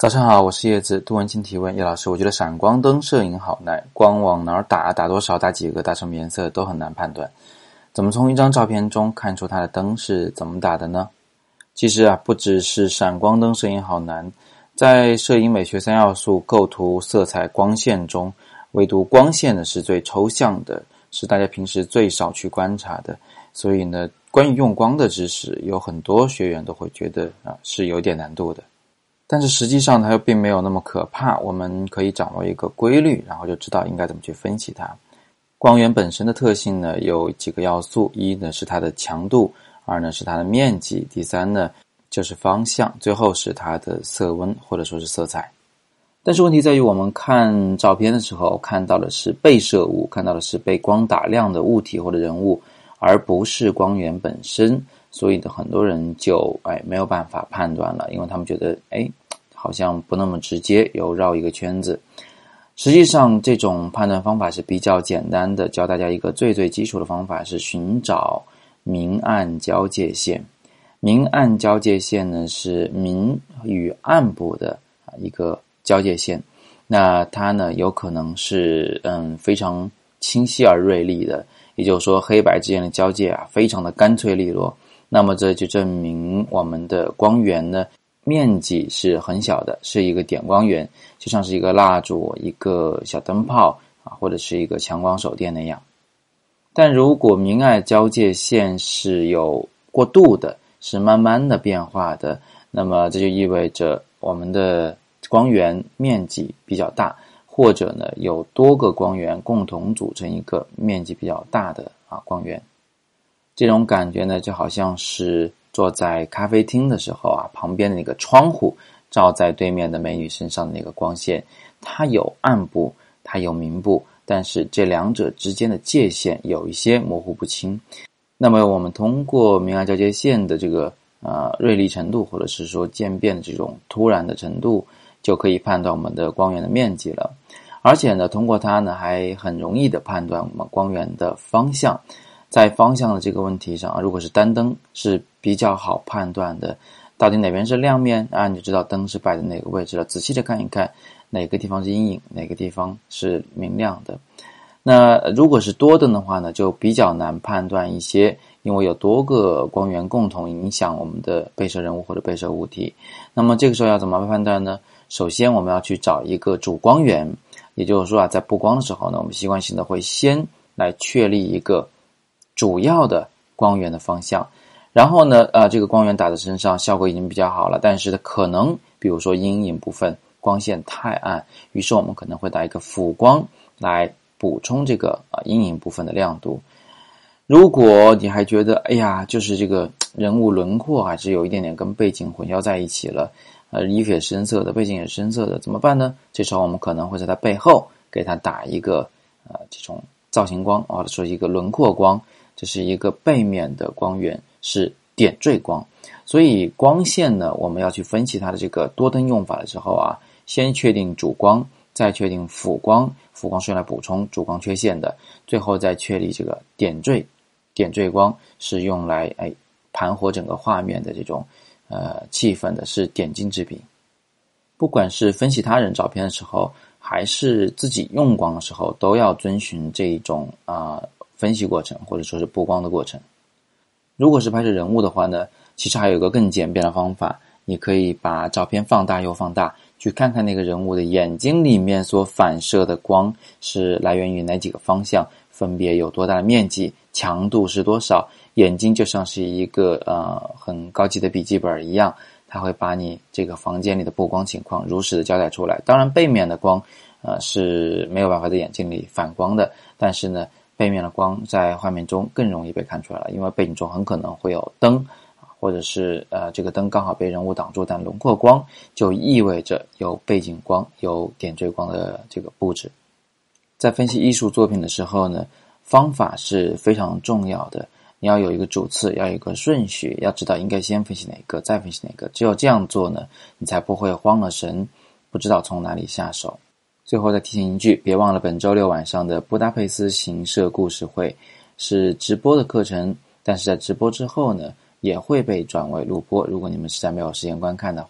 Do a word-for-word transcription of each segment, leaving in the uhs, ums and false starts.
早上好，我是叶子。杜文清提问叶老师，我觉得闪光灯摄影好难，光往哪儿打，打多少，打几个，打什么颜色都很难判断。怎么从一张照片中看出它的灯是怎么打的呢？其实啊，不只是闪光灯摄影好难，在摄影美学三要素构图、色彩、光线中，唯独光线呢是最抽象的，是大家平时最少去观察的。所以呢，关于用光的知识，有很多学员都会觉得啊是有点难度的。但是实际上它又并没有那么可怕，我们可以掌握一个规律，然后就知道应该怎么去分析它。光源本身的特性呢有几个要素，一呢是它的强度，二呢是它的面积，第三呢就是方向，最后是它的色温或者说是色彩。但是问题在于我们看照片的时候看到的是被摄物，看到的是被光打亮的物体或者人物，而不是光源本身，所以呢很多人就哎没有办法判断了，因为他们觉得哎好像不那么直接，又绕一个圈子。实际上这种判断方法是比较简单的，教大家一个最最基础的方法是寻找明暗交界线。明暗交界线呢是明与暗部的一个交界线，那它呢有可能是嗯非常清晰而锐利的，也就是说黑白之间的交界啊非常的干脆利落，那么这就证明我们的光源呢面积是很小的，是一个点光源，就像是一个蜡烛、一个小灯泡啊，或者是一个强光手电那样。但如果明暗交界线是有过渡的，是慢慢的变化的，那么这就意味着我们的光源面积比较大，或者呢有多个光源共同组成一个面积比较大的啊光源。这种感觉呢就好像是坐在咖啡厅的时候啊，旁边的那个窗户照在对面的美女身上的那个光线，它有暗部，它有明部，但是这两者之间的界限有一些模糊不清。那么我们通过明暗交界线的这个呃锐利程度，或者是说渐变的这种突然的程度，就可以判断我们的光源的面积了。而且呢，通过它呢还很容易的判断我们光源的方向。在方向的这个问题上，如果是单灯是比较好判断的，到底哪边是亮面啊，你就知道灯是摆在哪个位置了，仔细的看一看哪个地方是阴影，哪个地方是明亮的。那如果是多灯的话呢，就比较难判断一些，因为有多个光源共同影响我们的被摄人物或者被摄物体。那么这个时候要怎么判断呢？首先我们要去找一个主光源，也就是说啊，在布光的时候呢，我们习惯性的会先来确立一个主要的光源的方向，然后呢呃，这个光源打在身上效果已经比较好了，但是可能比如说阴影部分光线太暗，于是我们可能会打一个辅光来补充这个啊阴影部分的亮度。如果你还觉得哎呀就是这个人物轮廓还是有一点点跟背景混淆在一起了，呃，衣服也深色的，背景也深色的，怎么办呢？这时候我们可能会在它背后给它打一个呃这种造型光，或者说一个轮廓光，这是一个背面的光源，是点缀光。所以光线呢，我们要去分析它的这个多灯用法的时候啊，先确定主光，再确定辅光，辅光是用来补充主光缺陷的，最后再确立这个点缀，点缀光是用来哎盘活整个画面的这种呃气氛的，是点睛之笔。不管是分析他人照片的时候，还是自己用光的时候，都要遵循这一种啊、呃、分析过程，或者说是布光的过程。如果是拍摄人物的话呢，其实还有一个更简便的方法，你可以把照片放大又放大，去看看那个人物的眼睛里面所反射的光是来源于哪几个方向，分别有多大的面积，强度是多少。眼睛就像是一个呃很高级的笔记本一样，它会把你这个房间里的布光情况如实的交代出来。当然背面的光呃是没有办法在眼睛里反光的，但是呢背面的光在画面中更容易被看出来了，因为背景中很可能会有灯，或者是呃这个灯刚好被人物挡住，但轮廓光就意味着有背景光，有点缀光的这个布置。在分析艺术作品的时候呢，方法是非常重要的，你要有一个主次，要有一个顺序，要知道应该先分析哪个再分析哪个，只有这样做呢，你才不会慌了神，不知道从哪里下手。最后再提醒一句，别忘了本周六晚上的布达佩斯行摄故事会是直播的课程，但是在直播之后呢也会被转为录播，如果你们实在没有时间观看的话，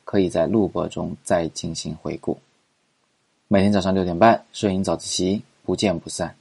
可以在录播中再进行回顾。每天早上六点半，摄影早自习，不见不散。